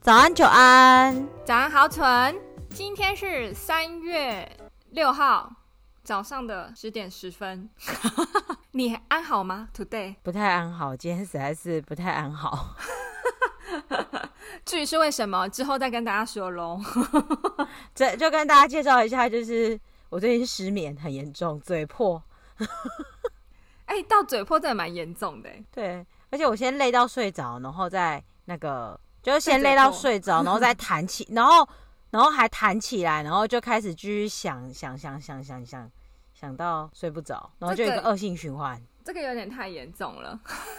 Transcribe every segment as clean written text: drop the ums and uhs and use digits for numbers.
早安，久安， 早安，豪纯。今天是3月6号早上的10点10分。你安好吗 ？Today 不太安好，今天实在是不太安好。 至于是为什么，之后再跟大家说咯。 这就跟大家介绍一下，就是我最近失眠很严重，嘴破。 到嘴破真的蛮严重的。 对，而且我先累到睡着，然后再那个。就是先累到睡着，然后再弹起，然后还弹起来，然后就开始继续想到睡不着，然后就有一个恶性循环。 这个有点太严重了。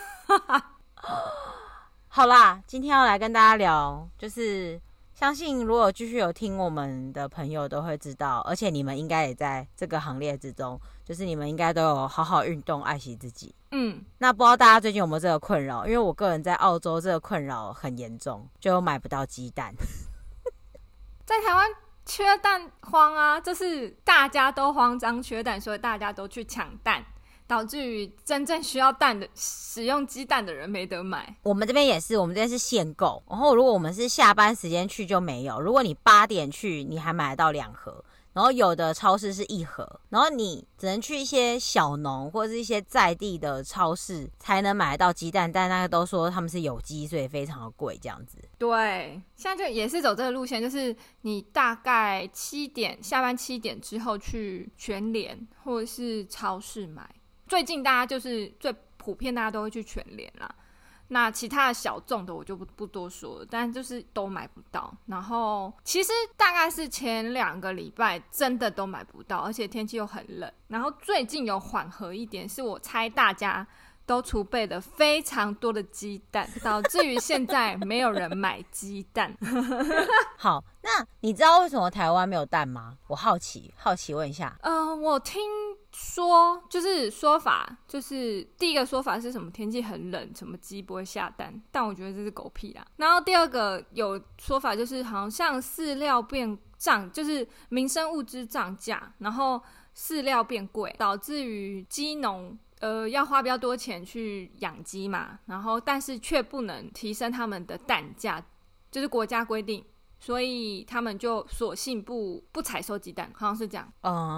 好啦，今天要来跟大家聊，就是相信如果继续有听我们的朋友都会知道，而且你们应该也在这个行列之中，就是你们应该都有好好运动，爱惜自己。那不知道大家最近有没有这个困扰？因为我个人在澳洲这个困扰很严重，就买不到鸡蛋。 在台湾缺蛋荒啊，就是大家都慌张缺蛋，所以大家都去抢蛋，导致于真正需要蛋的使用鸡蛋的人没得买。 我们这边也是，我们这边是限购，然后如果我们是下班时间去就没有，如果你8点去，你还买得到2盒。然后有的超市是1盒，然后你只能去一些小农或者是一些在地的超市才能买得到鸡蛋，但那个都说他们是有机，所以非常的贵这样子。 对，现在就也是走这个路线，就是你大概下班7点之后去全联或者是超市买。最近大家就是最普遍，大家都会去全联啦。那其他的小众的我就不多说了，但就是都买不到。然后其实大概是前2个礼拜真的都买不到，而且天气又很冷。然后最近有缓和一点，是我猜大家都储备了非常多的鸡蛋，导致于现在没有人买鸡蛋。 好，那你知道为什么台湾没有蛋吗？我好奇问一下。 我听说就是说法，就是第一个说法是什么天气很冷，什么鸡不会下蛋，但我觉得这是狗屁啦。然后第二个有说法就是好像饲料变涨，就是民生物资涨价，然后饲料变贵，导致于鸡农要花比较多钱去养鸡嘛，然后但是却不能提升他们的蛋价，就是国家规定。所以他们就索性不采收鸡蛋，好像是这样。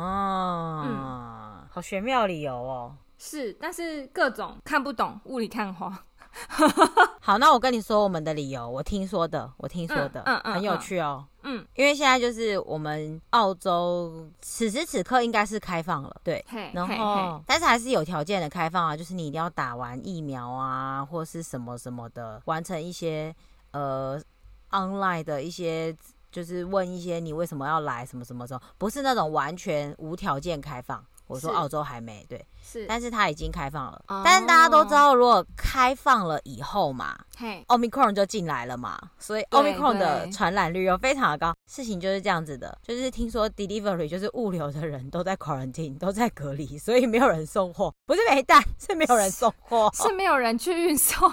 好玄妙理由哦。 是，但是各种看不懂，雾里看花。 好，那我跟你说我们的理由，我听说的，很有趣哦。因为现在就是我们澳洲此时此刻应该是开放了，对，然后但是还是有条件的开放啊，就是你一定要打完疫苗啊，或是什么什么的，完成一些online 的一些，就是问一些你为什么要来什么什么什么，不是那种完全无条件开放。我说澳洲还没，对， 是， 但是它已经开放了。但是大家都知道，如果开放了以后嘛，Omicron 就进来了嘛，所以 Omicron 的传染率又非常的高。事情就是这样子的，就是听说 delivery 就是物流的人都在 quarantine， 都在隔离，所以没有人送货，不是没蛋，是没有人送货， 是没有人去运送。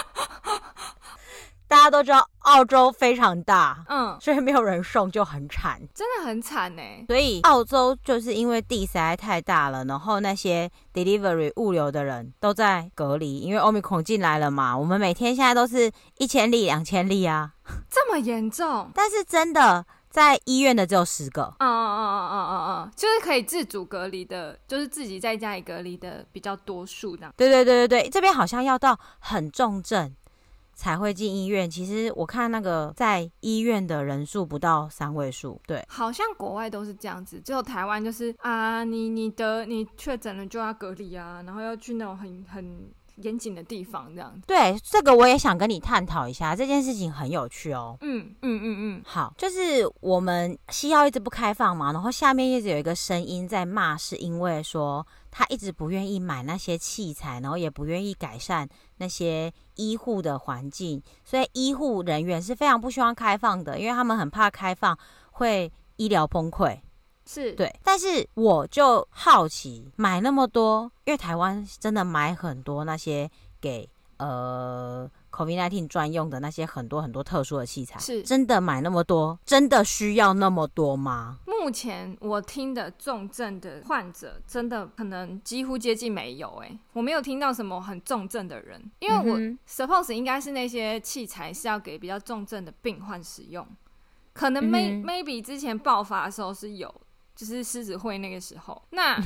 大家都知道澳洲非常大，所以没有人送就很惨， 真的很惨欸。 所以澳洲就是因为地实在太大了，然后那些 delivery 物流的人都在隔离，因为 Omicron 进来了嘛。我们每天现在都是1000例、2000例啊， 这么严重？ 但是真的在医院的只有10个。 就是可以自主隔离的，就是自己在家里隔离的比较多数这样。 对，这边好像要到很重症才会进医院。其实我看那个在医院的人数不到3位数，对， 好像国外都是这样子，只有台湾就是啊，你确诊了就要隔离啊，然后要去那种很严谨的地方这样。 对，这个我也想跟你探讨一下，这件事情很有趣哦。好，就是我们西澳一直不开放嘛，然后下面一直有一个声音在骂，是因为说他一直不愿意买那些器材，然后也不愿意改善那些医护的环境，所以医护人员是非常不希望开放的，因为他们很怕开放会医疗崩溃。 是， 对，但是我就好奇，买那么多，因为台湾真的买很多那些给 COVID-19 专用的那些很多很多特殊的器材， 是真的买那么多，真的需要那么多吗？ 目前我听的重症的患者真的可能几乎接近没有我没有听到什么很重症的人，因为我 suppose 应该是那些器材是要给比较重症的病患使用，可能 maybe 之前爆发的时候是有，就是狮子会那个时候，那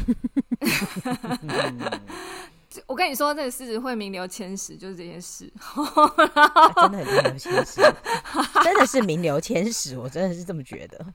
我跟你说，这个狮子会名留千史就是这件事真的很名留千史真的是名留千史，我真的是这么觉得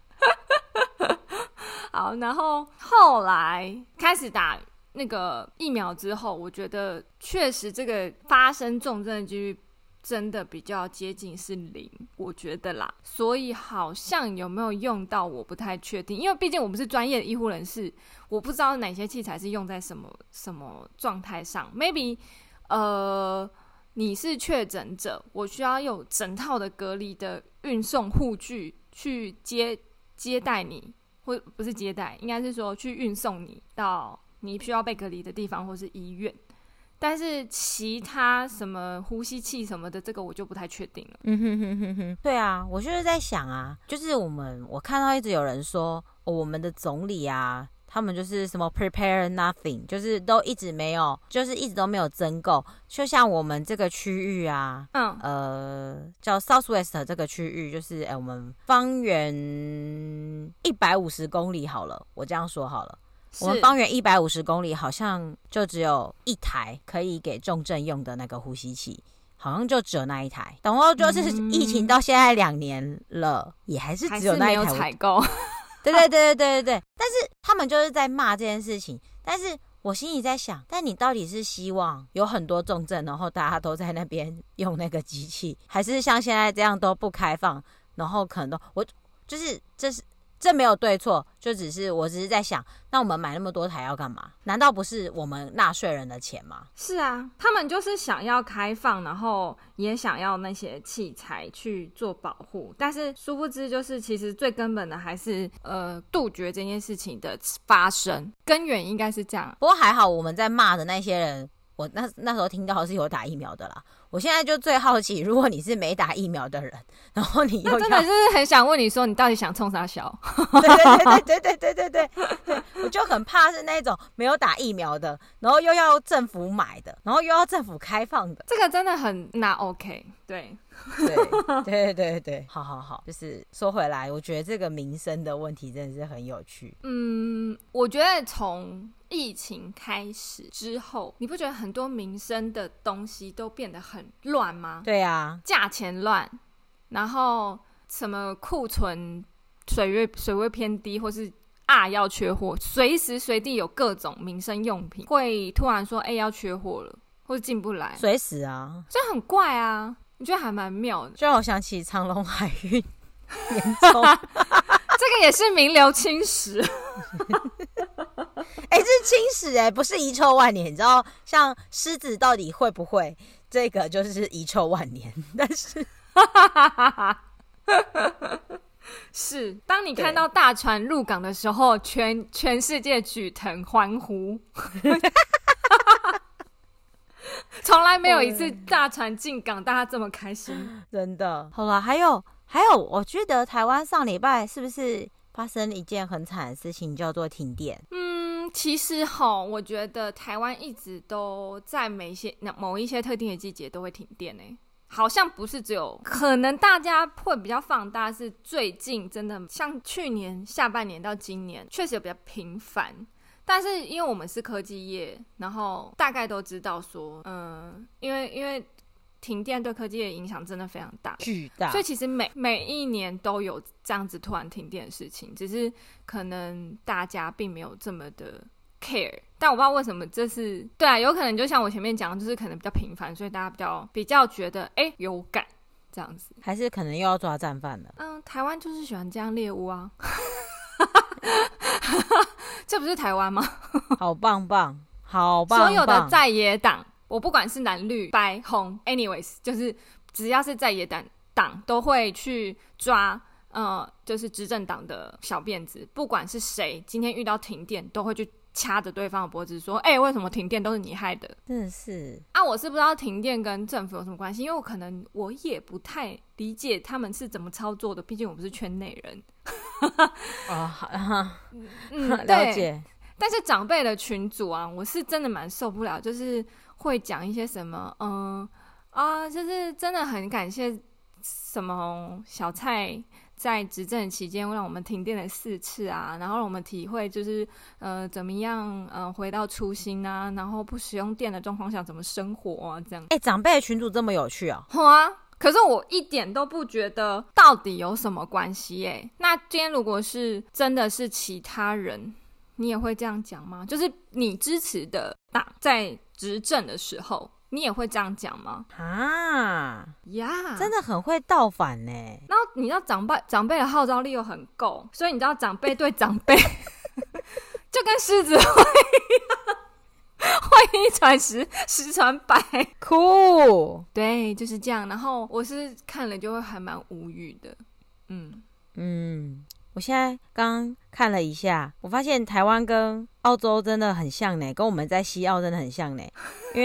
好，然后后来开始打那个疫苗之后，我觉得确实这个发生重症的几率真的比较接近是0，我觉得啦，所以好像有没有用到我不太确定，因为毕竟我不是专业的医护人士，我不知道哪些器材是用在什么状态上。 maybe 你是确诊者，我需要有整套的隔离的运送护具去接待你，或不是接待，应该是说去运送你到你需要被隔离的地方或是医院，但是其他什么呼吸器什么的，这个我就不太确定了。 对啊，我就是在想啊，就是我看到一直有人说，我们的总理啊，他们就是什么 prepare nothing， 就是都一直没有，就是一直都没有增购。就像我们这个区域啊，叫 Southwest 这个区域，就是我们方圆150公里好了，我这样说好了。我们方圆150公里好像就只有一台可以给重症用的那个呼吸器，好像就只有那一台。然后就是疫情到现在2年了，也还是只有那一台， 还是没有采购。 对。但是他们就是在骂这件事情，但是我心里在想，但你到底是希望有很多重症，然后大家都在那边用那个机器，还是像现在这样都不开放，然后可能都这没有对错，我只是在想，那我们买那么多台要干嘛？难道不是我们纳税人的钱吗？ 是啊，他们就是想要开放，然后也想要那些器材去做保护，但是殊不知就是其实最根本的还是杜绝这件事情的发生，根源应该是这样。 不过还好我们在骂的那些人，我那时候听到是有打疫苗的啦。我现在就最好奇，如果你是没打疫苗的人，然后你又要， 那真的就是很想问你说，你到底想冲啥小？ 对，我就很怕是那种没有打疫苗的，然后又要政府买的，然后又要政府开放的， 这个真的很not OK。对， 好，就是说回来，我觉得这个民生的问题真的是很有趣。 我觉得从疫情开始之后，你不觉得很多民生的东西都变得很乱吗？ 对啊， 价钱乱，然后什么库存水位偏低，或是要缺货，随时随地有各种民生用品会突然说要缺货了，或者进不来， 随时啊， 这很怪啊，我觉得还蛮妙的， 就让我想起长荣海运严重这个也是名留青史这是青史不是遗臭万年。你知道像狮子到底会不会，这个就是遗臭万年，但是是当你看到大船入港的时候，全世界举腾欢呼从来没有一次大船进港大家这么开心， 真的。好啦，还有我觉得台湾上礼拜是不是发生一件很惨的事情，叫做停电？ 其实我觉得台湾一直都在某一些特定的季节都会停电好像不是只有，可能大家会比较放大是最近真的像去年下半年到今年确实有比较频繁，但是因为我们是科技业，然后大概都知道说因为停电对科技业的影响真的非常大， 巨大，所以其实每一年都有这样子突然停电的事情，只是可能大家并没有这么的 care， 但我不知道为什么这是对啊，有可能就像我前面讲，就是可能比较频繁，所以大家比较觉得有感这样子， 还是可能又要抓战犯了。 台湾就是喜欢这样猎物啊这不是台湾吗好棒， 所有的在野党，我不管是蓝绿白红 anyways， 就是只要是在野党都会去抓就是执政党的小辫子，不管是谁今天遇到停电都会去掐着对方的脖子说为什么停电都是你害的， 真的是啊。我是不知道停电跟政府有什么关系，因为我也不太理解他们是怎么操作的，毕竟我不是圈内人。 了解。 但是长辈的群组啊，我是真的蛮受不了，就是会讲一些什么就是真的很感谢什么小蔡在执政期间让我们停电了4次啊，然后让我们体会就是怎么样回到初心啊，然后不使用电的状况下怎么生活啊，这样。 长辈的群组这么有趣哦。 好啊，可是我一点都不觉得到底有什么关系那今天如果是真的是其他人，你也会这样讲吗？就是你支持的党在执政的时候，你也会这样讲吗？ 真的很会倒反呢。 然后你知道长辈的号召力又很够，所以你知道长辈对长辈就跟狮子会一样，会一传十，十传百， 酷。 对，就是这样。然后我是看了就会还蛮无语的。 我现在刚看了一下，我发现台湾跟澳洲真的很像呢，跟我们在西澳真的很像呢。因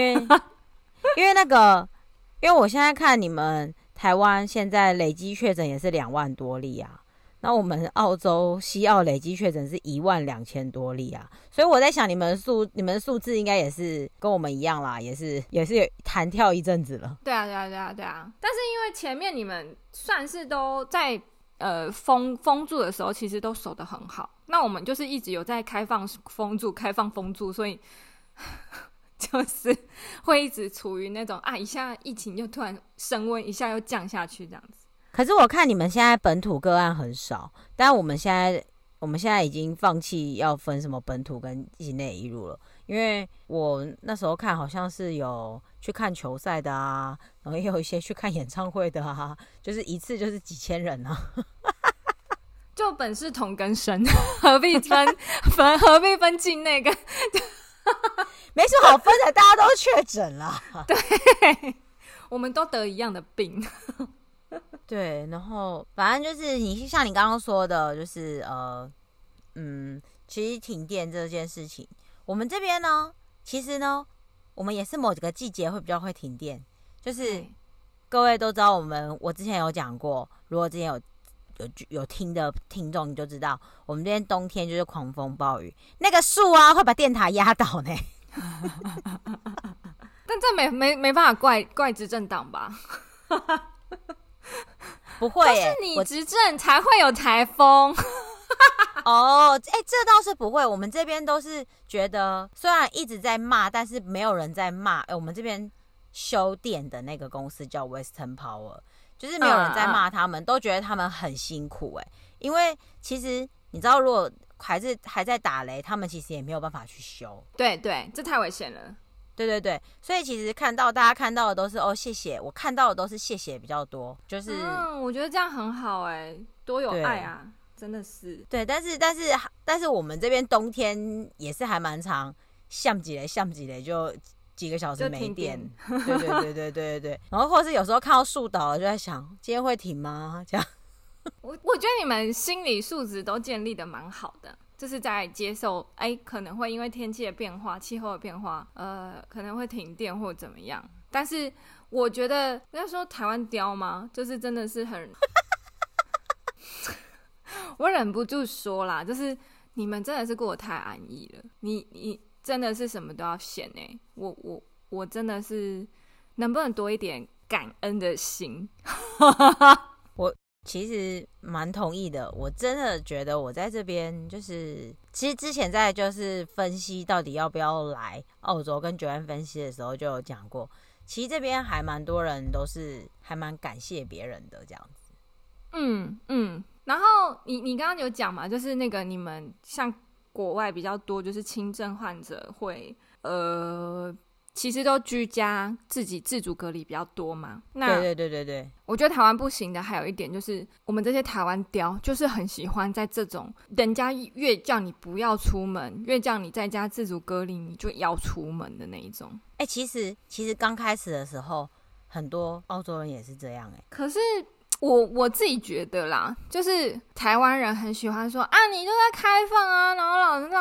为我现在看你们台湾现在累积确诊也是2万多例啊，那我们澳洲西澳累积确诊是12000多例啊，所以我在想你们的数字应该也是跟我们一样啦，也是弹跳一阵子了。 对啊。但是因为前面你们算是都在封住的时候，其实都守得很好。那我们就是一直有在开放封住，所以就是会一直处于那种一下疫情又突然升温，一下又降下去这样子。 可是我看你们现在本土个案很少，但我们现在已经放弃要分什么本土跟境内移入了，因为我那时候看好像是有去看球赛的啊，然后也有一些去看演唱会的啊，就是一次就是几千人啊。 就本是同根生，何必分境内跟没什么好分的，大家都确诊了。 对，我们都得一样的病。 对，然后反正就是像你刚刚说的，就是其实停电这件事情，我们这边呢，其实呢，我们也是某几个季节会比较会停电，就是各位都知道我之前有讲过，如果之前有听的听众你就知道，我们这边冬天就是狂风暴雨，那个树啊会把电塔压倒呢。 但这没办法怪执政党吧？ 不会耶， 就是你执政才会有台风。 这倒是不会。我们这边都是觉得，虽然一直在骂，但是没有人在骂。我们这边修电的那个公司叫 Western Power， 就是没有人在骂他们，都觉得他们很辛苦因为其实你知道，如果还在打雷，他们其实也没有办法去修。 对，这太危险了。 对，所以其实大家看到的都是谢谢，我看到的都是谢谢比较多，就是我觉得这样很好多有爱啊，真的是。 对，但是我们这边冬天也是还蛮长，像几雷就几个小时没电。对，然后或是有时候看到树倒了，就在想今天会停吗？这样。 我觉得你们心理素质都建立的蛮好的。就是在接受可能会因为天气的变化、气候的变化，可能会停电或怎么样。但是我觉得要说台湾刁吗？就是真的是很，我忍不住说啦，就是你们真的是过得太安逸了。你真的是什么都要嫌我真的是能不能多一点感恩的心？ 我其实蛮同意的，我真的觉得我在这边就是其实之前在就是分析到底要不要来澳洲跟Joanne分析的时候就有讲过，其实这边还蛮多人都是还蛮感谢别人的这样子。 然后你刚刚有讲嘛，就是那个你们像国外比较多就是轻症患者会其实都居家自己自主隔离比较多嘛。那对，我觉得台湾不行的还有一点就是我们这些台湾雕就是很喜欢在这种人家越叫你不要出门，越叫你在家自主隔离你就要出门的那一种。 其实刚开始的时候很多澳洲人也是这样可是我自己觉得啦，就是台湾人很喜欢说你就在开放啊，然后让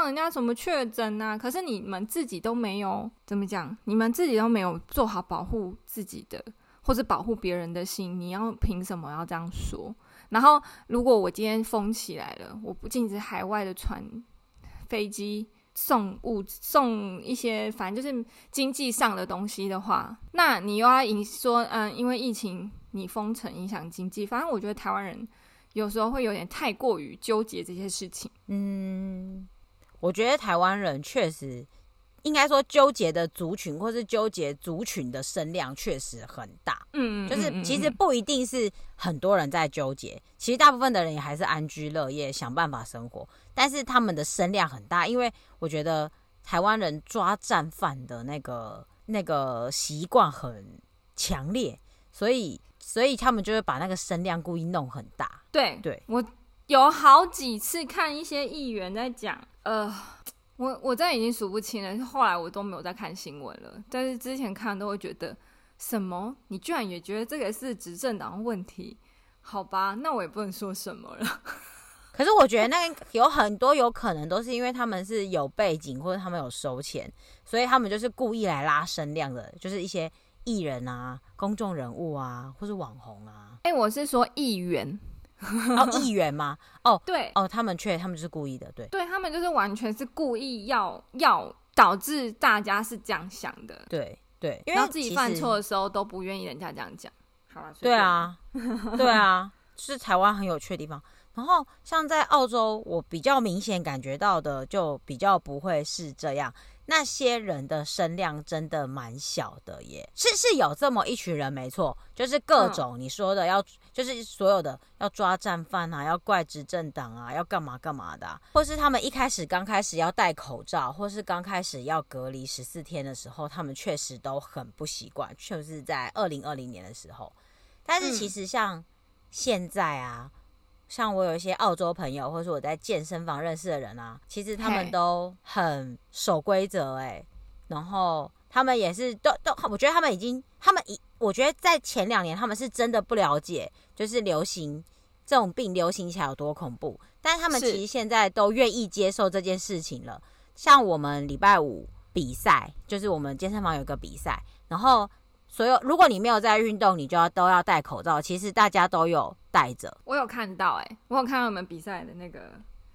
人家什么确诊啊，可是你们自己都没有怎么讲，你们自己都没有做好保护自己的或者保护别人的心，你要凭什么要这样说？然后如果我今天封起来了，我不禁止海外的船飞机送一些反正就是经济上的东西的话，那你又要说因为疫情你封城影响经济，反正我觉得台湾人有时候会有点太过于纠结这些事情。 我觉得台湾人确实应该说纠结的族群或是纠结族群的声量确实很大。就是其实不一定是很多人在纠结，其实大部分的人也还是安居乐业想办法生活，但是他们的声量很大，因为我觉得台湾人抓战犯的那个习惯很强烈，所以他们就会把那个声量故意弄很大。 对，我有好几次看一些议员在讲我真的已经数不清了，后来我都没有再看新闻了，但是之前看都会觉得什么你居然也觉得这个是执政党的问题，好吧，那我也不能说什么了。 可是我觉得那有很多有可能都是因为他们是有背景或者他们有收钱，所以他们就是故意来拉声量的，就是一些艺人啊、公众人物啊或是网红啊。 我是说议员。 议员吗？ 对， 他们就是故意的，对， 他们就是完全是故意要导致大家是这样想的， 对，因为然后自己犯错的时候都不愿意人家这样讲。好啦， 对啊，是台湾很有趣的地方。然后像在澳洲，我比较明显感觉到的就比较不会是这样，那些人的声量真的蛮小的耶，是有这么一群人没错，就是各种你说的就是所有的要抓战犯啊，要怪执政党啊，要干嘛干嘛的啊，或是他们刚开始要戴口罩，或是刚开始要隔离14天的时候，他们确实都很不习惯，就是在2020年的时候。但是其实像现在啊，像我有一些澳洲朋友，或是我在健身房认识的人啊，其实他们都很守规则然后他们也是都，我觉得我觉得在前2年他们是真的不了解，就是这种病流行起来有多恐怖，但是他们其实现在都愿意接受这件事情了。像我们礼拜5比赛，就是我们健身房有一个比赛，然后如果你没有在运动，你都要戴口罩。其实大家都有戴着。 我有看到我有看到你们比赛的那个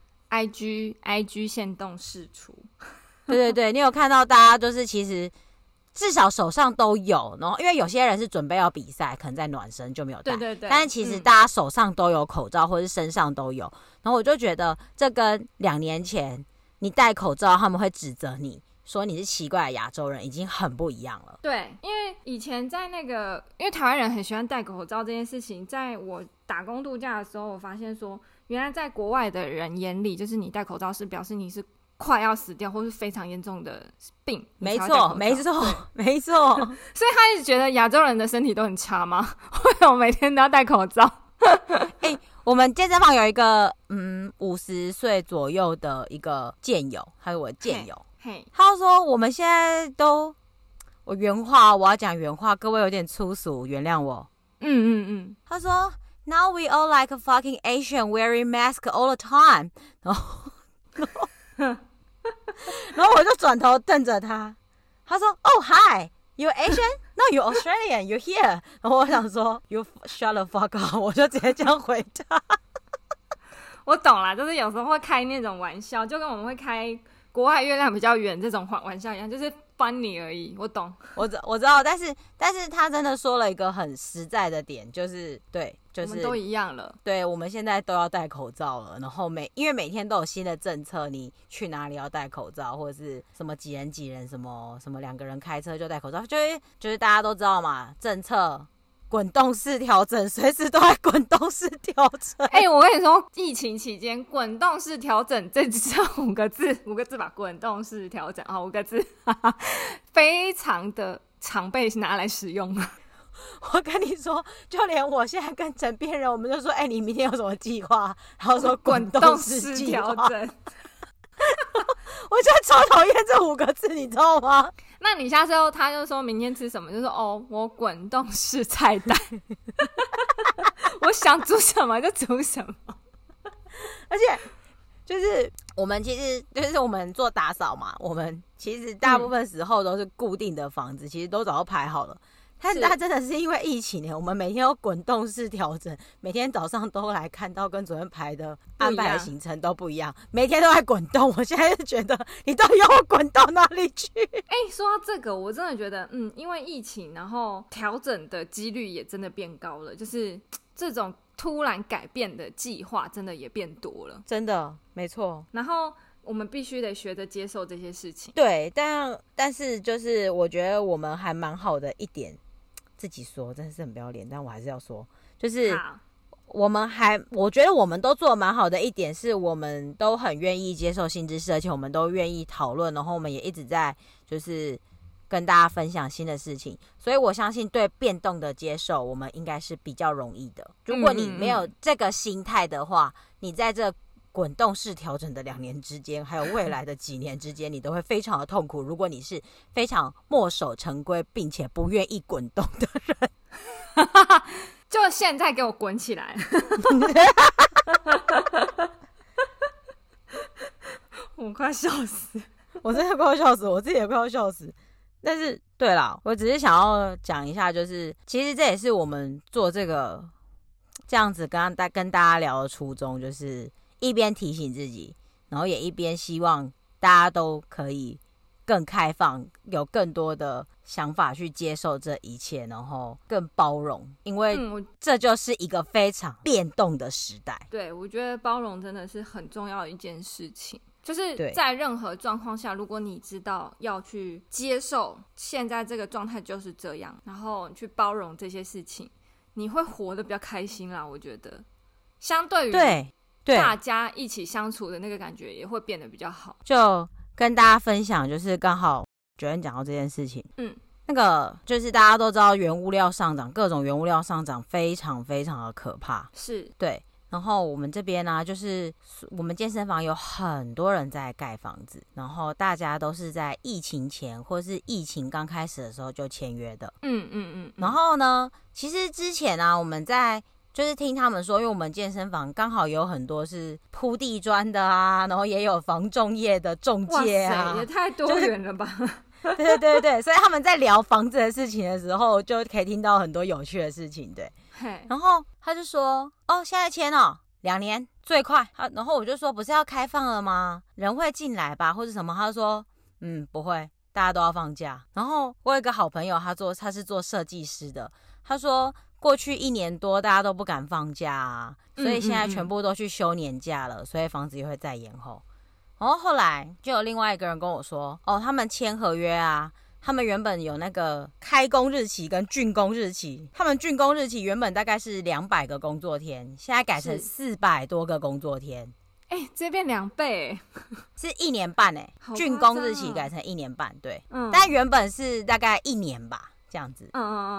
IG 限动释出。 对，你有看到大家就是其实至少手上都有，然后因为有些人是准备要比赛，可能在暖身就没有戴。 对， 但是其实大家手上都有口罩，或是身上都有。然后我就觉得这跟2年前你戴口罩，他们会指责你说你是奇怪的亚洲人，已经很不一样了。 对，因为以前在因为台湾人很喜欢戴口罩这件事情，在我打工度假的时候，我发现说，原来在国外的人眼里，就是你戴口罩是表示你是快要死掉或是非常严重的病。 没错。 所以他一直觉得亚洲人的身体都很差吗？为什么每天都要戴口罩？ 我们健身房有一个50岁左右的一个健友，他是我的健友。他就说我们现在都，我要讲原话，各位有点粗俗，原谅我。他说 Now we all like a fucking Asian wearing mask all the time 然后我就转头瞪着他，他说 Oh hi You Asian? No, you Australian. You here? 然后我想说 You shut the fuck up 我就直接这样回他。 我懂啦，就是有时候会开那种玩笑，就跟我们会开国外月亮比较圆这种玩笑一样，就是 funny 而已。我懂， 我知道，但是他真的说了一个很实在的点，就是对，就是我们都一样了。 对，我们现在都要戴口罩了，然后因为每天都有新的政策，你去哪里要戴口罩，或者是什么几人什么2个人开车就戴口罩，就是大家都知道嘛，政策滚动式调整，随时都在滚动式调整。 我跟你说，疫情期间滚动式调整，这只剩5个字吧，滚动式调整5个字，非常的常被拿来使用。 我跟你说，就连我现在跟陈编人，我们就说，你明天有什么计划？然后说滚动式调整。我就超讨厌这5个字，你知道吗？ 那你下次他就说明天吃什么，就说我滚动式菜单，我想煮什么就煮什么。 而且就是我们其实就是我们做打扫嘛，我们其实大部分时候都是固定的房子，其实都早就排好了。但它真的是因为疫情我们每天都滚动式调整，每天早上都来看到跟昨天排的安排的行程都不一样，每天都在滚动。我现在就觉得你到底要我滚到哪里去？ 说到这个，我真的觉得，因为疫情，然后调整的几率也真的变高了，就是这种突然改变的计划真的也变多了， 真的没错。 然后我们必须得学着接受这些事情。 对，但是就是我觉得我们还蛮好的一点。自己说真的是很不要脸，但我还是要说，就是我觉得我们都做得蛮好的一点是，我们都很愿意接受新知识，而且我们都愿意讨论，然后我们也一直在就是跟大家分享新的事情，所以我相信对变动的接受，我们应该是比较容易的。如果你没有这个心态的话，你在这滚动式调整的2年之间，还有未来的几年之间，你都会非常的痛苦。如果你是非常墨守成规，并且不愿意滚动的人， 就现在给我滚起来！我快笑死， 我真的快要笑死，我自己也快要笑死。但是，对啦，我只是想要讲一下，就是其实这也是我们做这样子跟大家聊的初衷，就是一边提醒自己，然后也一边希望大家都可以更开放，有更多的想法去接受这一切，然后更包容，因为这就是一个非常变动的时代。 对，我觉得包容真的是很重要的一件事情。就是在任何状况下，如果你知道要去接受现在这个状态就是这样，然后去包容这些事情，你会活得比较开心啦。我觉得相对于大家一起相处的那个感觉也会变得比较好。 就跟大家分享，就是刚好觉得讲到这件事情，那个就是大家都知道原物料上涨，各种原物料上涨非常非常的可怕， 是对。然后我们这边呢，就是我们健身房有很多人在盖房子，然后大家都是在疫情前或是疫情刚开始的时候就签约的。然后呢，其实之前啊，我们在就是听他们说，因为我们健身房刚好有很多是铺地砖的啊，然后也有房仲业的中介啊， 哇塞，也太多元了吧。 对，所以他们在聊房子的事情的时候，就可以听到很多有趣的事情，对。然后他就说：“哦，现在签2年最快。”然后我就说：“不是要开放了吗？人会进来吧，或者什么？”他就说：“不会，大家都要放假。”然后我有一个好朋友，他是做设计师的，他说过去1年多大家都不敢放假啊，所以现在全部都去休年假了，所以房子也会再延后。然后后来就有另外一个人跟我说：“哦，他们签合约啊。”他们原本有那个开工日期跟竣工日期，他们竣工日期原本大概是200个工作天，现在改成400多个工作天。 这变2倍是1年半竣工日期改成1年半，对，但原本是大概1年吧，这样子。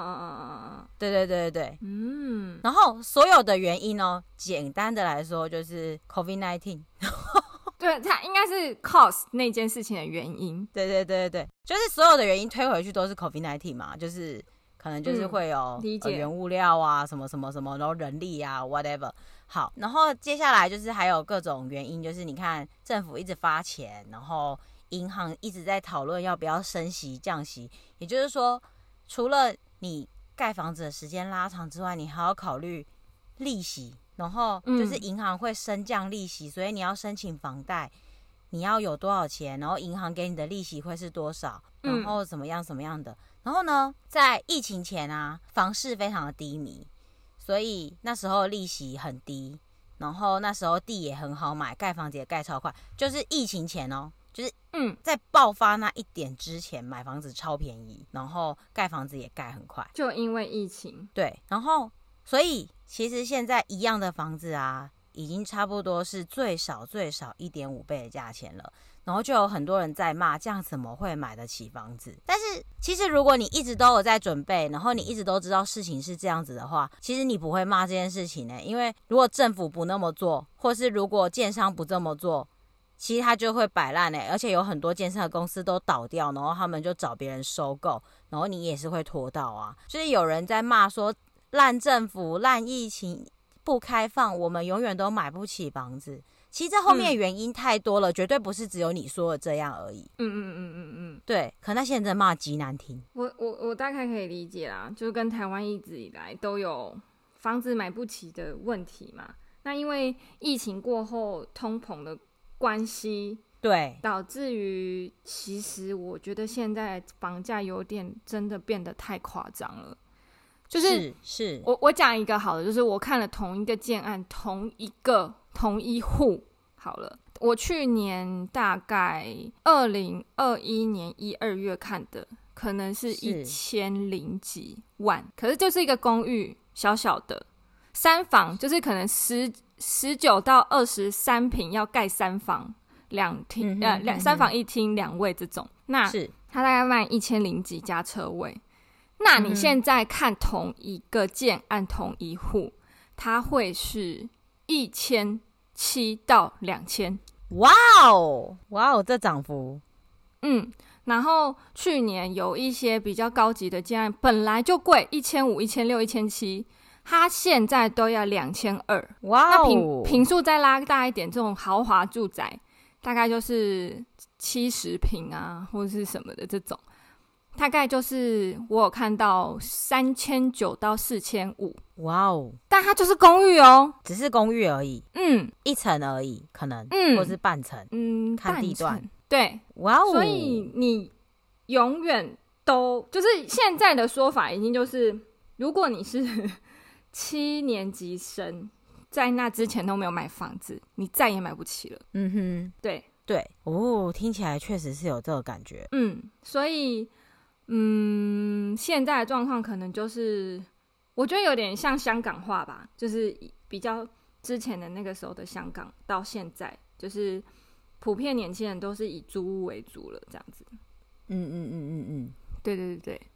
对，然后所有的原因呢，简单的来说就是 COVID-19。 对，它应该是 cause 那件事情的原因。 对，就是所有的原因推回去都是 COVID-19 嘛，就是可能就是会有原物料啊，什么什么什么，然后人力啊 whatever。好，然后接下来就是还有各种原因，就是你看政府一直发钱，然后银行一直在讨论要不要升息降息，也就是说，除了你盖房子的时间拉长之外，你还要考虑利息。然后就是银行会升降利息，所以你要申请房贷，你要有多少钱，然后银行给你的利息会是多少，然后怎么样什么样的。然后呢，在疫情前啊，房市非常的低迷，所以那时候利息很低，然后那时候地也很好买，盖房子也盖超快。就是疫情前就是在爆发那一点之前，买房子超便宜，然后盖房子也盖很快， 就因为疫情。 对，然后所以其实现在一样的房子啊，已经差不多是最少 1.5 倍的价钱了。然后就有很多人在骂，这样怎么会买得起房子？但是其实如果你一直都有在准备，然后你一直都知道事情是这样子的话，其实你不会骂这件事情因为如果政府不那么做，或是如果建商不这么做，其实他就会摆烂而且有很多建设的公司都倒掉，然后他们就找别人收购，然后你也是会拖到啊。就是有人在骂说烂政府、烂疫情、不开放，我们永远都买不起房子。 其实这后面原因太多了，绝对不是只有你说的这样而已。对，可那些人真的骂极难听。 我大概可以理解啦，就是跟台湾一直以来都有房子买不起的问题嘛。那因为疫情过后通膨的关系， 对， 导致于其实我觉得现在房价有点真的变得太夸张了。就是我讲一个好了，就是我看了同一个建案，同一户好了，我去年大概2021年1、2月看的，可能是1000几万，可是就是一个公寓，小小的3房，就是可能19到23坪要盖3房2厅，3房1厅2卫这种，那它大概卖1000几加车位。那你现在看同一个建案同一户，它会是1700到2000。 哇哦，这涨幅。 然后去年有一些比较高级的建案本来就贵，1500、1600、1700，它现在都要2200。 哇哦， 那坪数再拉大一点，这种豪华住宅大概就是70坪啊，或者是什么的这种。大概就是我有看到3900到4500。 哇哦！ 但它就是公寓哦， 只是公寓而已。一层而已，可能，或是半层。看地段。 对， 哇哦！ 所以你永远都就是现在的说法，已经就是，如果你是7年级生，在那之前都没有买房子，你再也买不起了。对哦，听起来确实是有这个感觉。 所以。现在的状况可能就是，我觉得有点像香港化吧，就是比较之前的那个时候的香港，到现在就是普遍年轻人都是以租屋为主了，这样子。对。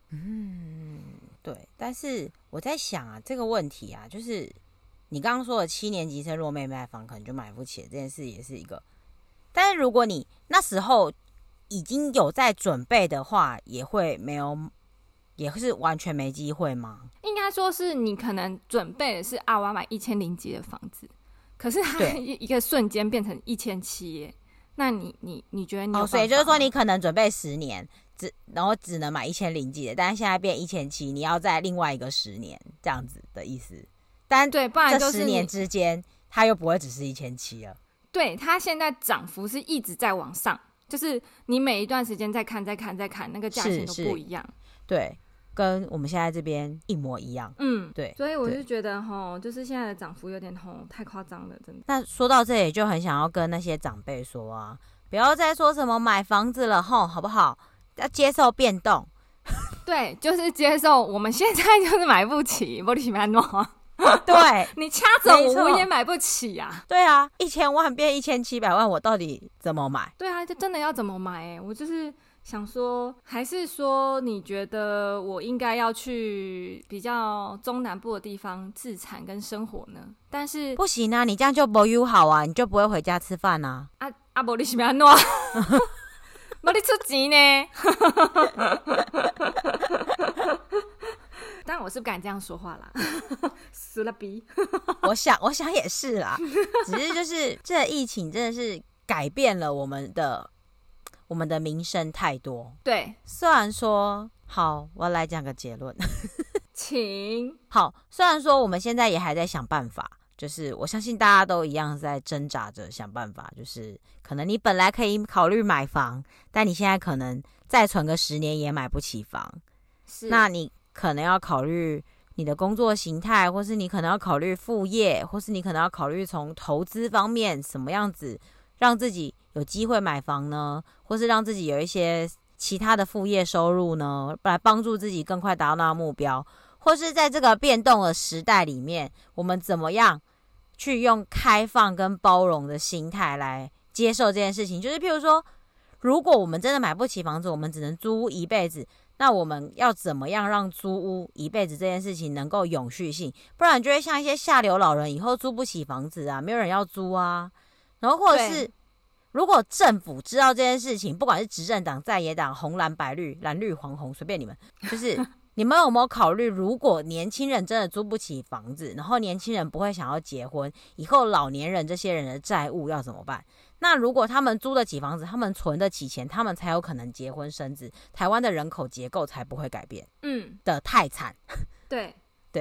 对。但是我在想啊，这个问题啊，就是你刚刚说的7年级生如果没买房，可能就买不起这件事，也是一个。但是如果你那时候已经有在准备的话，也会没有，也是完全没机会吗？ 应该说是你可能准备的是我要买1000几的房子，可是它一个瞬间变成1700耶，那你觉得你有办法吗？ 所以就是说你可能准备10年，然后只能买1000几的，但是现在变1700，你要在另外一个10年这样子的意思。但对，不然就是这10年之间，它又不会只是1700了。 对，它现在涨幅是一直在往上。就是你每一段时间再看，那个价钱都不一样。 对，跟我们现在这边一模一样。对。 所以我就觉得就是现在的涨幅有点太夸张了，真的。 那说到这里，就很想要跟那些长辈说啊，不要再说什么买房子了，好不好？要接受变动。 对，就是接受我们现在就是买不起，不然怎么办？ 对， 你掐走我也买不起啊。 对啊，1000万变1700万，我到底怎么买？ 对啊，这真的要怎么买？我就是想说，还是说你觉得我应该要去比较中南部的地方自产跟生活呢？但是不行啊，你这样就不友好啊，你就不会回家吃饭啊。 不然你是要怎样？不然你出钱呢？但我是不敢这样说话啦，死了逼。 我想也是啦，只是就是这疫情真的是改变了我们的民生太多。 对， 虽然说好，我要来讲个结论， 请好。虽然说我们现在也还在想办法，就是我相信大家都一样在挣扎着想办法，就是可能你本来可以考虑买房，但你现在可能再存个10年也买不起房，那你可能要考虑你的工作形态，或是你可能要考虑副业，或是你可能要考虑从投资方面什么样子让自己有机会买房呢，或是让自己有一些其他的副业收入呢，来帮助自己更快达到那个目标，或是在这个变动的时代里面，我们怎么样去用开放跟包容的心态来接受这件事情。就是譬如说，如果我们真的买不起房子，我们只能租屋一辈子，那我们要怎么样让租屋一辈子这件事情能够永续性？不然就会像一些下流老人，以后租不起房子啊，没有人要租啊。然后或者是，如果政府知道这件事情，不管是执政党、在野党、红蓝白绿、蓝绿黄红，随便你们，就是你们有没有考虑，如果年轻人真的租不起房子，然后年轻人不会想要结婚，以后老年人这些人的债务要怎么办？那如果他们租得起房子，他们存得起钱，他们才有可能结婚生子，台湾的人口结构才不会改变。的太惨。 对对，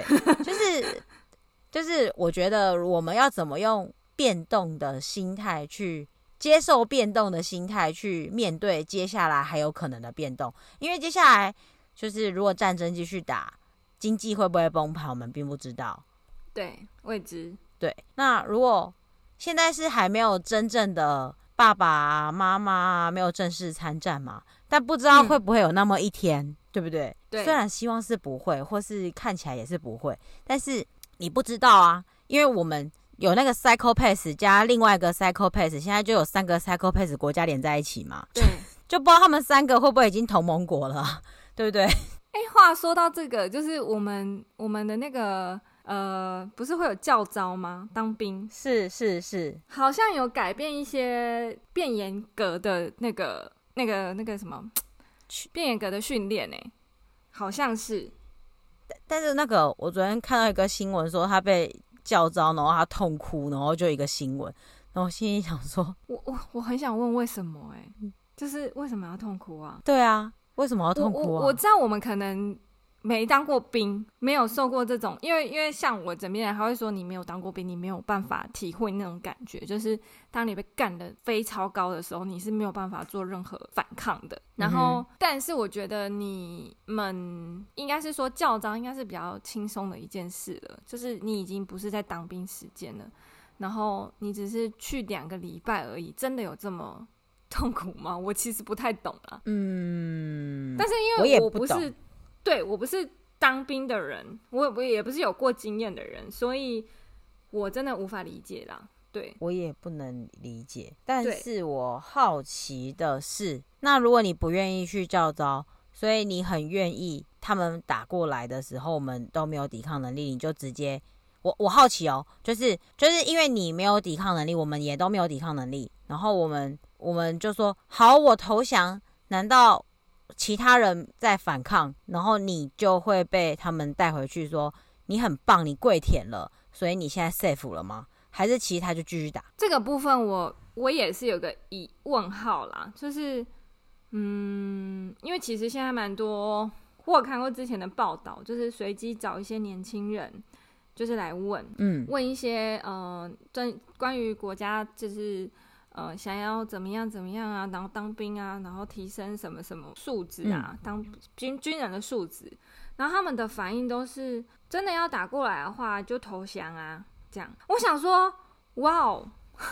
就是我觉得我们要怎么用变动的心态去接受变动的心态去面对接下来还有可能的变动，因为接下来就是如果战争继续打，经济会不会崩盘，我们并不知道。 对，未知。 对，那如果现在是还没有真正的爸爸妈妈没有正式参战嘛，但不知道会不会有那么一天，对不对？ 对， 虽然希望是不会，或是看起来也是不会，但是你不知道啊，因为我们有那个 Psycho-Pass 加另外一个 Psycho-Pass， 现在就有3个 Psycho-Pass 国家连在一起嘛， 对， 就不知道他们3个会不会已经同盟国了，对不对？ 话说到这个，就是我们的那个不是会有教召吗？当兵是， 好像有改变一些变严格的那个什么变严格的训练欸，好像是。 但是那个我昨天看到一个新闻说他被教召，然后他痛哭，然后就一个新闻，然后我心里想说， 我很想问为什么就是为什么要痛哭啊？ 对啊，为什么要痛哭啊？ 我知道我们可能没当过兵，没有受过这种，因为像我枕边人还会说，你没有当过兵，你没有办法体会那种感觉，就是当你被干得飞超高的时候，你是没有办法做任何反抗的。然后，但是我觉得你们应该是说教召应该是比较轻松的一件事了，就是你已经不是在当兵时间了，然后你只是去2个礼拜而已，真的有这么痛苦吗？我其实不太懂啦。但是因为我不是我不是当兵的人，我也不是有过经验的人，所以我真的无法理解啦。对， 我也不能理解。但是我好奇的是，那如果你不愿意去教召，所以你很愿意他们打过来的时候，我们都没有抵抗能力，你就直接我好奇哦，就是因为你没有抵抗能力，我们也都没有抵抗能力，然后我们就说好，我投降，难道其他人在反抗，然后你就会被他们带回去说你很棒，你跪舔了，所以你现在 safe 了吗？还是其实他就继续打？ 这个部分我也是有个问号啦，就是因为其实现在蛮多，我有看过之前的报道，就是随机找一些年轻人，就是来问一些关于国家就是想要怎么样啊，然后当兵啊，然后提升什么什么素质啊，当军人的素质，然后他们的反应都是真的要打过来的话就投降啊，这样。我想说，哇哦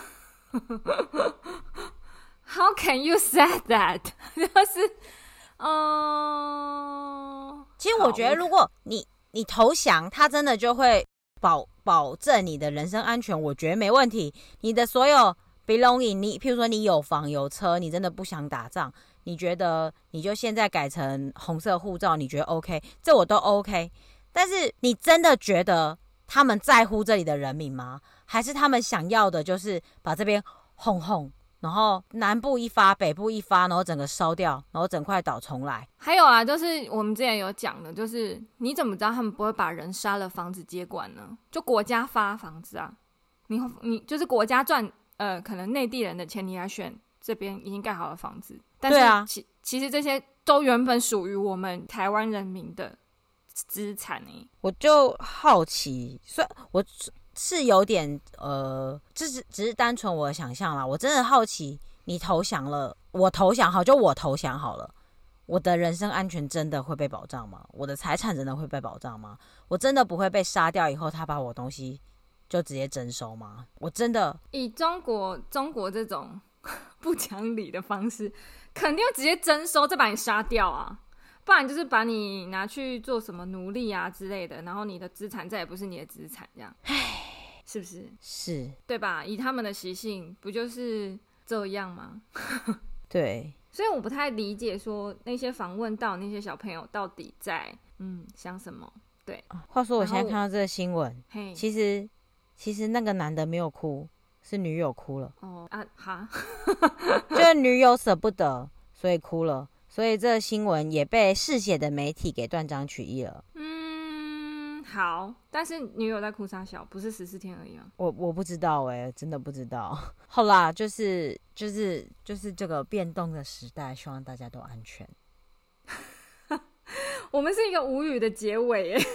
，How can you say that？ 就是其实我觉得如果你投降，他真的就会保证你的人身安全，我觉得没问题。你的所有belonging， 你譬如说你有房有车，你真的不想打仗，你觉得你就现在改成红色护照，你觉得 OK， 这我都 OK。但是你真的觉得他们在乎这里的人民吗？还是他们想要的就是把这边轰，然后南部一发，北部一发，然后整个烧掉，然后整块岛重来？ 还有啊，就是我们之前有讲的，就是你怎么知道他们不会把人杀了房子接管呢？就国家发房子啊，你就是国家赚可能内地人的钱，你来选这边已经盖好的房子，但是对啊， 其实这些都原本属于我们台湾人民的资产我就好奇，所以我是有点只是单纯我的想象啦。我真的好奇，你投降了，我投降好，就我投降好了，我的人身安全真的会被保障吗？我的财产真的会被保障吗？我真的不会被杀掉以后，他把我东西就直接征收吗？我真的以中国这种不讲理的方式，肯定会直接征收，再把你杀掉啊！不然就是把你拿去做什么奴隶啊之类的，然后你的资产再也不是你的资产，这样，是不是？ 是， 对吧？以他们的习性，不就是这样吗？ 对， 所以我不太理解，说那些访问到那些小朋友到底在想什么？对。 话说我现在看到这个新闻，其实那个男的没有哭，是女友哭了。 哈， 就是女友舍不得，所以哭了。 所以这个新闻也被嗜血的媒体给断章取义了。 好，但是女友在哭啥小，不是14天而已吗？ 我不知道真的不知道。好啦，就是这个变动的时代，希望大家都安全。 我们是一个无语的结尾耶。因为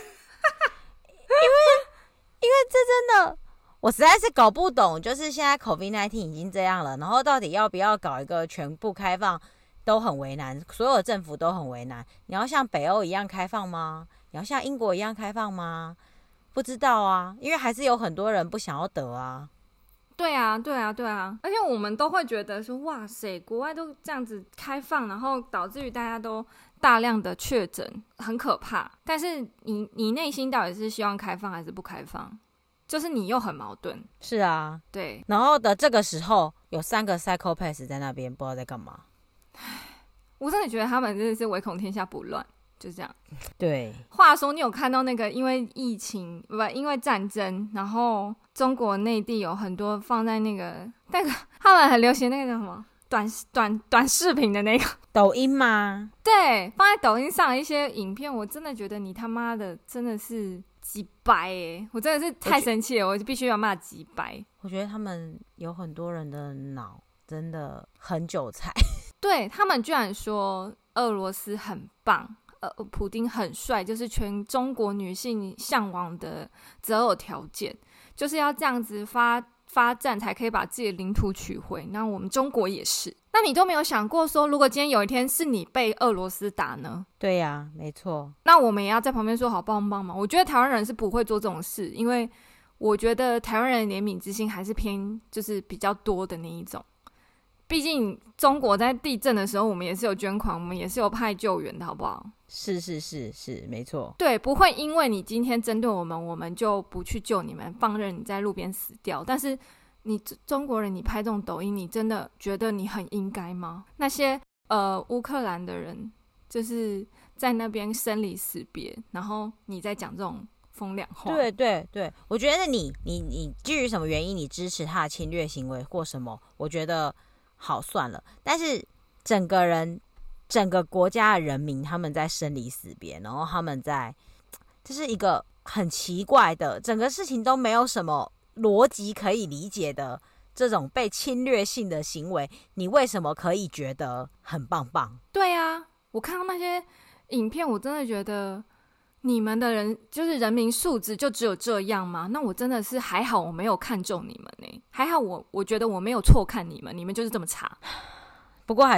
这真的，我实在是搞不懂，就是现在 COVID-19 已经这样了，然后到底要不要搞一个全部开放，都很为难，所有政府都很为难。你要像北欧一样开放吗？你要像英国一样开放吗？不知道啊，因为还是有很多人不想要得啊。 对啊，而且我们都会觉得说，哇塞，国外都这样子开放，然后导致于大家都大量的确诊，很可怕。但是你内心到底是希望开放还是不开放？就是你又很矛盾。 是啊， 对。 然后的这个时候，有3个 psychopath 在那边，不知道在干嘛。 我真的觉得他们真的是唯恐天下不乱。就这样。 对。 话说，你有看到那个因为疫情因为战争，然后中国内地有很多放在那个他们很流行那个叫什么短视频的那个抖音吗？ 对，放在抖音上的一些影片，我真的觉得你他妈的真的是鸡掰耶！我真的是太生气了，我必须要骂鸡掰。 我觉得他们有很多人的脑真的很韭菜。 对，他们居然说俄罗斯很棒。普丁很帅，就是全中国女性向往的择偶条件，就是要这样子发战才可以把自己的领土取回。那我们中国也是。那你都没有想过说，如果今天有一天是你被俄罗斯打呢？ 对呀，没错。 那我们也要在旁边说好棒棒吗？我觉得台湾人是不会做这种事，因为我觉得台湾人的怜悯之心还是偏就是比较多的那一种。毕竟中国在地震的时候，我们也是有捐款，我们也是有派救援的，好不好？ 是，没错。 对，不会因为你今天针对我们，我们就不去救你们，放任你在路边死掉。但是你中国人，你拍这种抖音，你真的觉得你很应该吗？那些乌克兰的人，就是在那边生离死别，然后你在讲这种风凉话。 对，我觉得你基于什么原因你支持他的侵略行为或什么，我觉得好算了。但是整个国家的人民他们在生离死别，然后他们在，这是一个很奇怪的，整个事情都没有什么逻辑可以理解的这种被侵略性的行为，你为什么可以觉得很棒棒？ 对啊，我看到那些影片，我真的觉得你们的人就是人民素质就只有这样吗？那我真的是还好我没有看中你们呢，还好我觉得我没有错看你们就是这么差。 不过那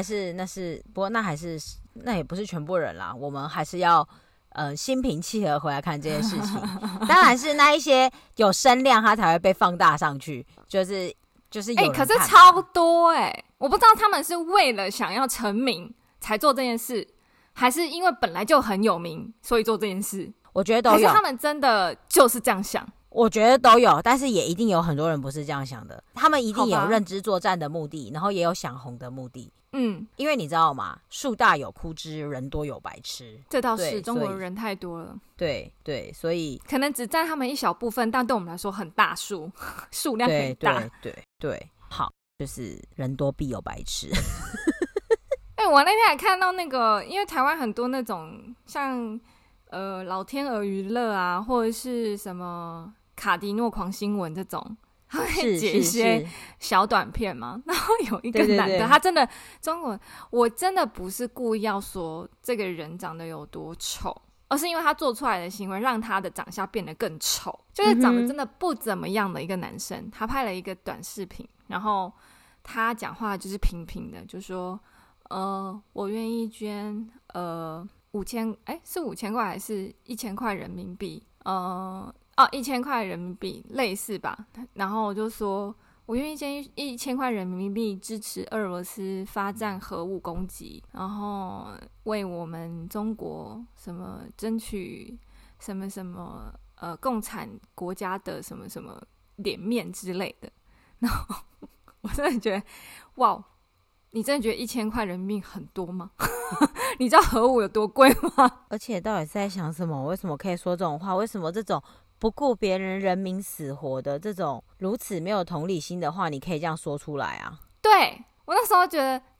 也不是全部人啦，我们还是要心平气和回来看这件事情。当然是那一些有声量，它才会被放大上去，就是有人看。 可是超多我不知道他们是为了想要成名才做这件事，还是因为本来就很有名所以做这件事。 我觉得都有， 还是他们真的就是这样想。 我觉得都有，但是也一定有很多人不是这样想的，他们一定有认知作战的目的，然后也有想红的目的。因为你知道吗？树大有枯枝，人多有白痴。 这倒是，中国人太多了。 对，所以可能只占他们一小部分，但对我们来说很大数，数量很大。 对，好，就是人多必有白痴。 我那天还看到那个，因为台湾很多那种像老天鹅娱乐啊，或者是什么卡迪诺狂新闻这种。他会剪一些小短片嘛，然后有一个男的，他真的中国，我真的不是故意要说这个人长得有多丑，而是因为他做出来的行为让他的长相变得更丑，就是长得真的不怎么样的一个男生。他拍了一个短视频，然后他讲话就是平平的，就说我愿意捐5000是5000块还是1000块人民币1000块人民币类似吧，然后我就说我愿意捐1000块人民币支持俄罗斯发展核武攻击，然后为我们中国什么争取什么什么共产国家的什么什么脸面之类的。然后我真的觉得哇，你真的觉得1000块人民币很多吗？你知道核武有多贵吗？ 而且到底是在想什么？为什么可以说这种话？为什么这种不顾别人人民死活的这种如此没有同理心的话，你可以这样说出来啊？ 对，我那时候觉得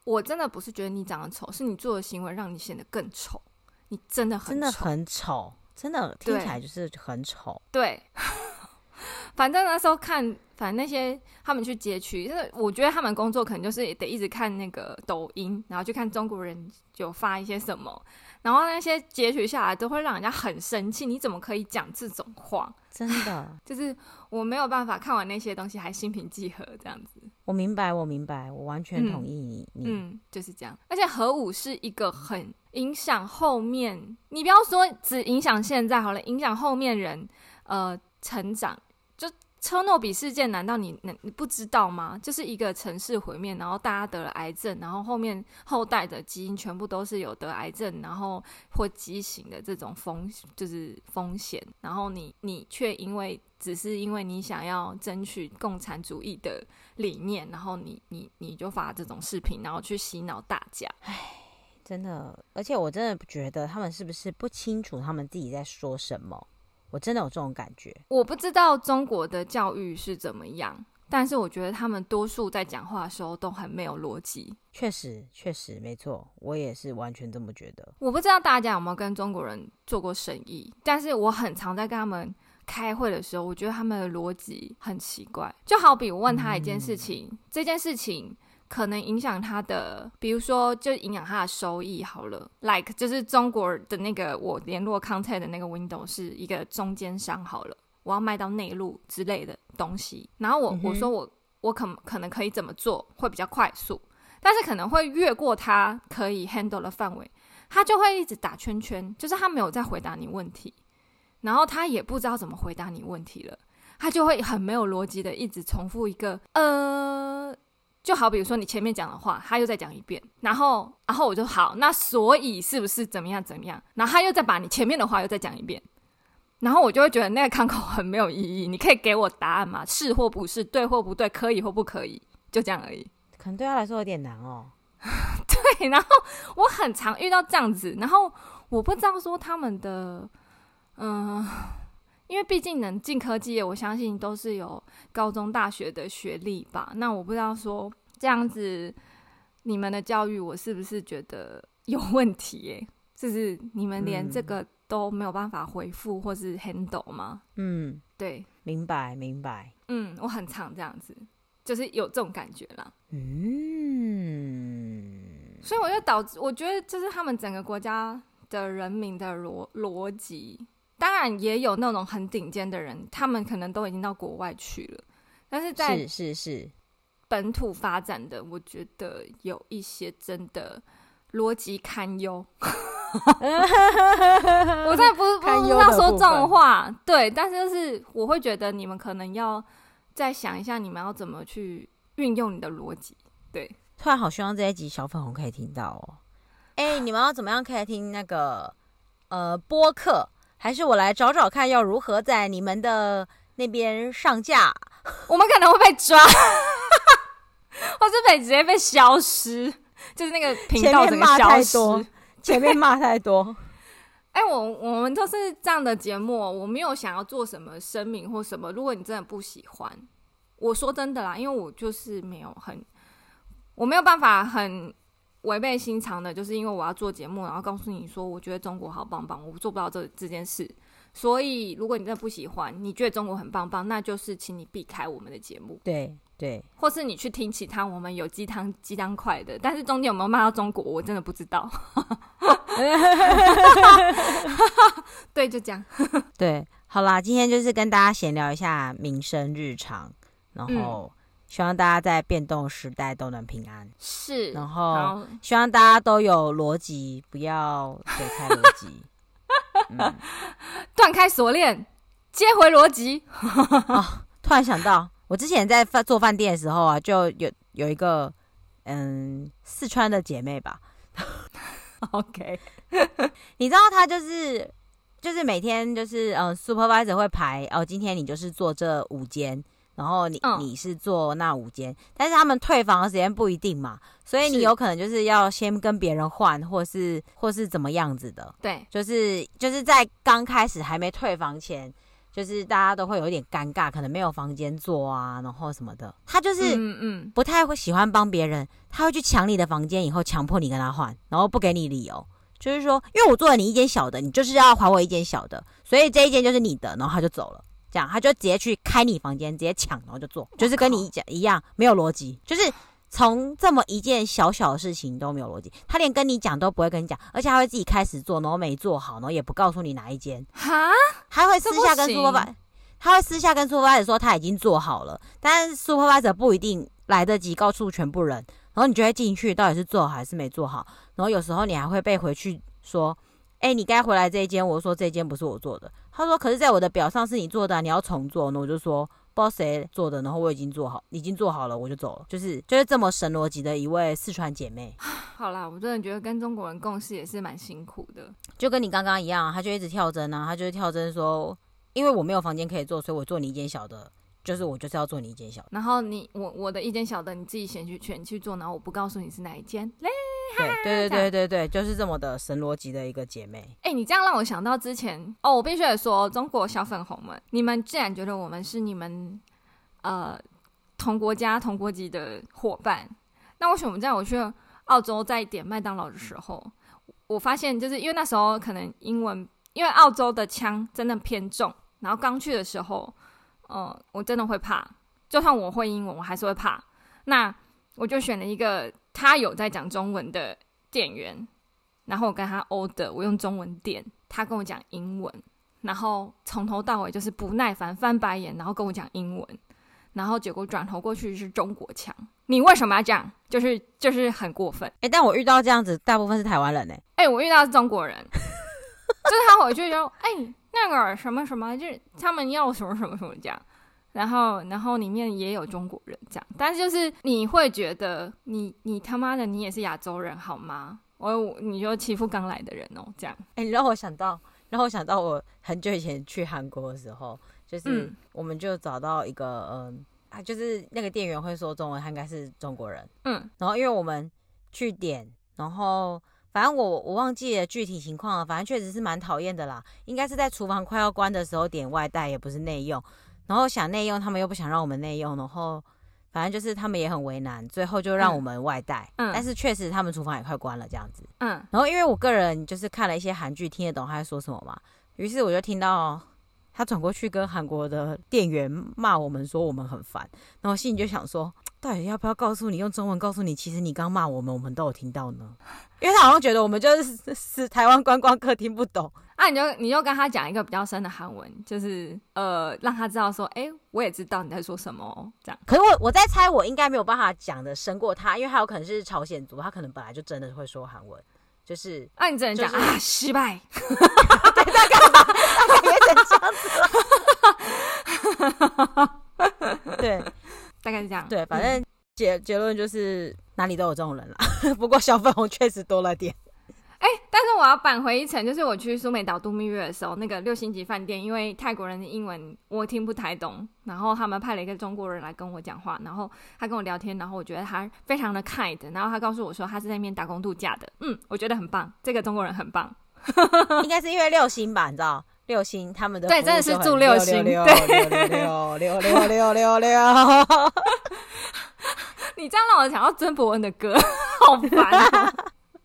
我真的不是觉得你长得丑，是你做的行为让你显得更丑，你真的很丑，真的听起来就是很丑。 对，反正那时候看，反正那些他们去街区，就是我觉得他们工作可能就是得一直看那个抖音，然后去看中国人有发一些什么，然后那些截取下来都会让人家很生气，你怎么可以讲这种话？ 真的， 就是我没有办法看完那些东西还心平气和这样子。 我明白，我完全同意你。 就是这样。而且核武是一个很影响后面，你不要说只影响现在好了，影响后面人成长。就车诺比事件，难道你不知道吗？就是一个城市毁灭，然后大家得了癌症，然后后面后代的基因全部都是有得癌症，然后或畸形的这种就是风险，然后你却只是因为你想要争取共产主义的理念，然后你就发这种视频，然后去洗脑大家。 唉，真的，而且我真的觉得他们是不是不清楚他们自己在说什么？我真的有这种感觉。 我不知道中国的教育是怎么样，但是我觉得他们多数在讲话的时候都很没有逻辑。 确实没错，我也是完全这么觉得。 我不知道大家有没有跟中国人做过生意，但是我很常在跟他们开会的时候，我觉得他们的逻辑很奇怪。就好比我问他一件事情，这件事情可能影响他的，比如说就影响他的收益好了 ，like 就是中国的那个我联络 contact 的那个 window 是一个中间商好了，我要卖到内陆之类的东西，然后我说我可能可以怎么做会比较快速，但是可能会越过他可以 handle 的范围，他就会一直打圈圈，就是他没有在回答你问题，然后他也不知道怎么回答你问题了，他就会很没有逻辑的一直重复一个就好比说你前面讲的话他又再讲一遍，然后我就好，那所以是不是怎么样，然后他又再把你前面的话又再讲一遍，然后我就会觉得那个康口很没有意义，你可以给我答案吗？是或不是，对或不对，可以或不可以，就这样而已。 可能对他来说有点难哦。 对，然后我很常遇到这样子，然后我不知道说他们的因为毕竟能进科技业，我相信都是有高中大学的学历吧，那我不知道说这样子你们的教育我是不是觉得有问题耶？就是你们连这个都没有办法回复或是 handle 吗？对，明白。我很常这样子，就是有这种感觉啦。所以我就导致我觉得就是他们整个国家的人民的逻辑，当然也有那种很顶尖的人，他们可能都已经到国外去了，但是在是本土发展的，我觉得有一些真的逻辑堪忧。我真的不知道说这种话，对，但是就是我会觉得你们可能要再想一下，你们要怎么去运用你的逻辑。对， 突然好希望这一集小粉红可以听到哦。你们要怎么样可以听那个播客？还是我来找找看要如何在你们的那边上架？ 我们可能会被抓，或是直接被消失，就是那个频道整个消失。 前面骂太多。 我们都是这样的节目，我没有想要做什么声明或什么。如果你真的不喜欢，我说真的啦，因为我就是我没有办法很违背心肠的，就是因为我要做节目，然后告诉你说我觉得中国好棒棒，我做不到这件事。所以如果你真的不喜欢，你觉得中国很棒棒，那就是请你避开我们的节目。 对， 或是你去听其他我们有鸡汤块的，但是中间有没有骂到中国我真的不知道。对，就这样。对， 好啦，今天就是跟大家闲聊一下民生日常，然后希望大家在变动时代都能平安。 是， 然后希望大家都有逻辑，不要解开逻辑。 断开锁链，接回逻辑。 突然想到，我之前在做饭店的时候啊，就有一个四川的姐妹吧。 OK， 你知道她就是每天就是 supervisor 会排今天你就是做这5间，然后你是做那5间，但是他们退房的时间不一定嘛，所以你有可能就是要先跟别人换，或是怎么样子的。 对， 就是在刚开始还没退房前， 就是大家都会有一点尴尬，可能没有房间坐啊，然后什么的。他就是不太会喜欢帮别人，他会去抢你的房间，以后强迫你跟他换，然后不给你理由，就是说因为我做了你一间小的，你就是要还我一间小的，所以这一间就是你的，然后他就走了。这样他就直接去开你房间，直接抢，然后就做，就是跟你一样没有逻辑，就是从这么一件小小的事情都没有逻辑，他连跟你讲都不会跟你讲，而且他会自己开始做，然后没做好，然后也不告诉你哪一间。 哈， 他会私下跟 supervisor 说他已经做好了，但是 supervisor 不一定来得及告诉全部人，然后你就会进去到底是做好还是没做好，然后有时候你还会被回去说，你该回来这一间，我说这一间不是我做的，他说可是在我的表上是你做的，你要重做，那我就说不知道谁做的，然后我已经做好了，我就走了，就是这么神逻辑的一位四川姐妹。 好啦，我真的觉得跟中国人共事也是蛮辛苦的， 就跟你刚刚一样，他就一直跳针啊，他就是跳针说，因为我没有房间可以做，所以我做你一间小的，就是我就是要做你一间小的， 然后我的一间小的你自己选去做，然后我不告诉你是哪一间。 对，就是这么的神逻辑的一个姐妹。 你这样让我想到之前我必须得说，中国小粉红们，你们既然觉得我们是你们同国家同国籍的伙伴，那为什么在我去澳洲在点麦当劳的时候，我发现就是因为那时候可能英文，因为澳洲的腔真的偏重，然后刚去的时候我真的会怕，就算我会英文我还是会怕，那我就选了一个他有在讲中文的店员，然后我跟他 order， 我用中文点，他跟我讲英文，然后从头到尾就是不耐烦翻白眼，然后跟我讲英文，然后结果转头过去是中国腔，你为什么要这样？就是很过分。 但我遇到这样子大部分是台湾人我遇到的是中国人就是他回去就那个什么什么，就是他们要什么什么什么这样，然后里面也有中国人这样，但是就是你会觉得你他妈的你也是亚洲人好吗？你就欺负刚来的人这样。 你让我想到我很久以前去韩国的时候，就是我们就找到一个就是那个店员会说中文，他应该是中国人。然后因为我们去点，然后反正我忘记了具体情况了，反正确实是蛮讨厌的啦。应该是在厨房快要关的时候点外带，也不是内用。然后想内用，他们又不想让我们内用，然后反正就是他们也很为难，最后就让我们外带。但是确实他们厨房也快关了这样子。然后因为我个人就是看了一些韩剧，听得懂他在说什么嘛，于是我就听到他转过去跟韩国的店员骂我们说我们很烦，然后心里就想说，到底要不要告诉你，用中文告诉你，其实你刚骂我们都有听到呢？因为他好像觉得我们就是台湾观光客听不懂。 你就跟他讲一个比较深的韩文，就是让他知道说，我也知道你在说什么这样。 可是我在猜，我应该没有办法讲的深过他，因为他有可能是朝鲜族，他可能本来就真的会说韩文，就是你只能讲失败。 对，大概也只能这样子。对， 大概是这样。 对，反正结论就是哪里都有这种人啦。不过小粉红确实多了点。 但是我要扳回一城，就是我去苏梅岛度蜜月的时候，那个6星级饭店，因为泰国人的英文我听不太懂，然后他们派了一个中国人来跟我讲话，然后他跟我聊天，然后我觉得他非常的 kind， 然后他告诉我说他是在那边打工度假的，我觉得很棒，这个中国人很棒。 应该是因为6星吧，你知道6星他们的对，真的是住6星，对 666。 你这样让我想到曾博文的歌，好烦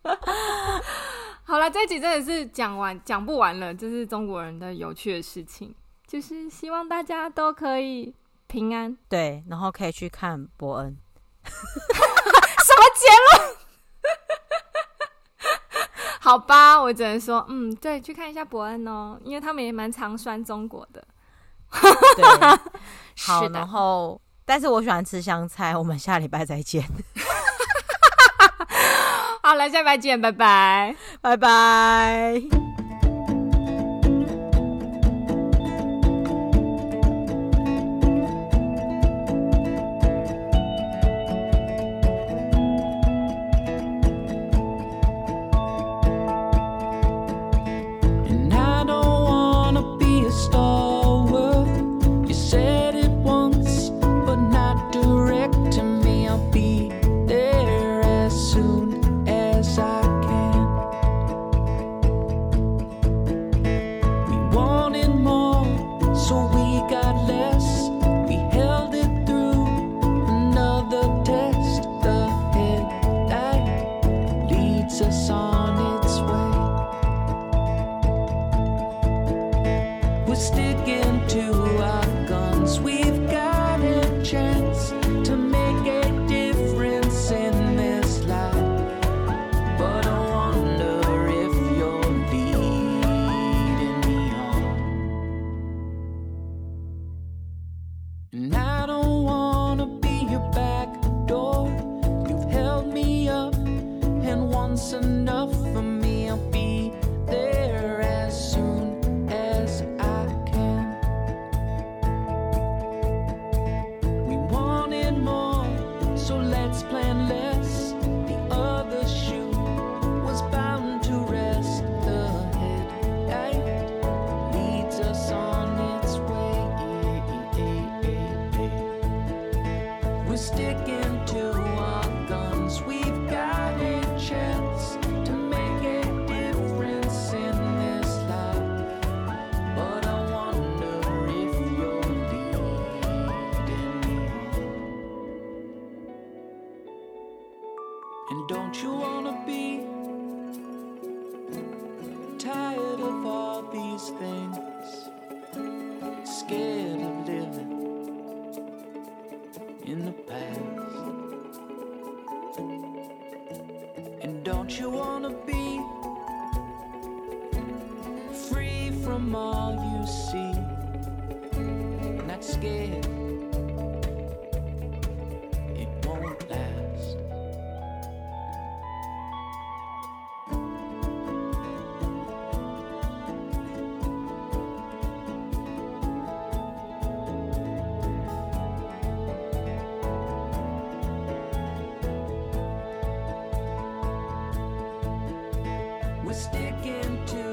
好了，这一集真的是讲不完了，这是中国人的有趣的事情，就是希望大家都可以平安。 对，然后可以去看伯恩。 什么结论？好吧，我只能说，对，去看一下伯恩哦，因为他们也蛮常酸中国的。 对，好，然后，但是我喜欢吃香菜，我们下礼拜再见。 好了，下礼拜见，拜拜， 拜拜。 those things, scared of living in the past. And don't you wanna be free from all you see, not scared it won't last. We're sticking to